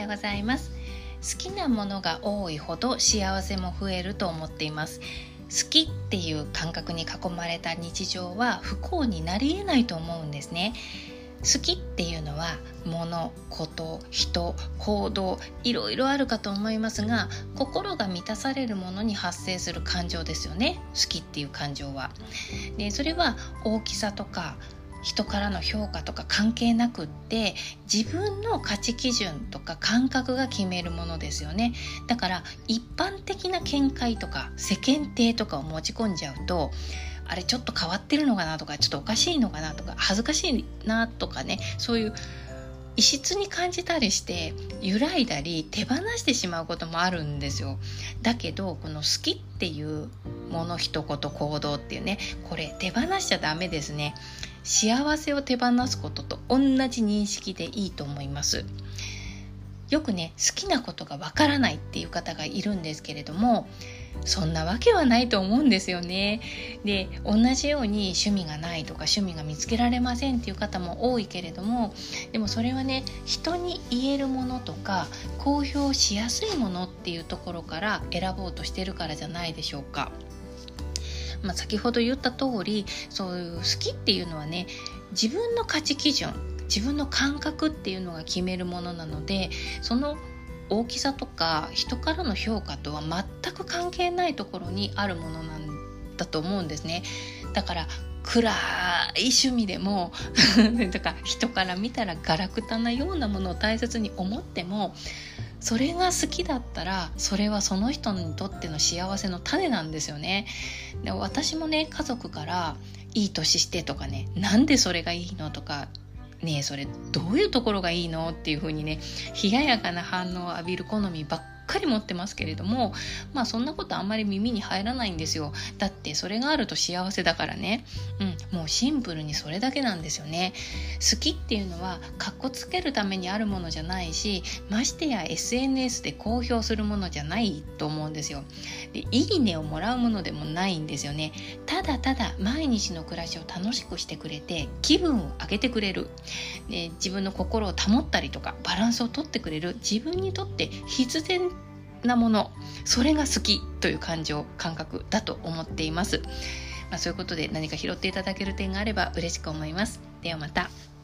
ようございます。好きなものが多いほど幸せも増えると思っています。好きっていう感覚に囲まれた日常は不幸になり得ないと思うんですね。好きっていうのは物、こと、人、行動、いろいろあるかと思いますが、心が満たされるものに発生する感情ですよね。好きっていう感情は。で、それは大きさとか人からの評価とか関係なくって、自分の価値基準とか感覚が決めるものですよね。だから一般的な見解とか世間体とかを持ち込んじゃうと、あれちょっと変わってるのかなとか、ちょっとおかしいのかなとか、恥ずかしいなとかね、そういう異質に感じたりして揺らいだり手放してしまうこともあるんですよ。だけどこの好きっていうもの、一言、行動っていうね、これ手放しちゃダメですね。幸せを手放すことと同じ認識でいいと思います。よくね、好きなことがわからないっていう方がいるんですけれども、そんなわけはないと思うんですよね。で、同じように趣味がないとか趣味が見つけられませんっていう方も多いけれども、でもそれはね、人に言えるものとか公表しやすいものっていうところから選ぼうとしてるからじゃないでしょうか。先ほど言った通り、そういう好きっていうのはね、自分の価値基準、自分の感覚っていうのが決めるものなので、その大きさとか人からの評価とは全く関係ないところにあるものなんだと思うんですね。だから暗い趣味でもとか人から見たらガラクタなようなものを大切に思っても、それが好きだったらそれはその人にとっての幸せの種なんですよね。で、私もね、家族からいい年してとかね、なんでそれがいいのとかねえ、それどういうところがいいのっていう風にね、冷ややかな反応を浴びる好みばっかり持ってますけれども、そんなことあんまり耳に入らないんですよ。だってそれがあると幸せだからね。もうシンプルにそれだけなんですよね。好きっていうのはかっこつけるためにあるものじゃないし、ましてや SNS で公表するものじゃないと思うんですよ。で、いいねをもらうものでもないんですよね。ただただ毎日の暮らしを楽しくしてくれて、気分を上げてくれる。で、自分の心を保ったりとかバランスをとってくれる、自分にとって必然なもの、それが好きという感覚だと思っています。そういうことで何か拾っていただける点があれば嬉しく思います。ではまた。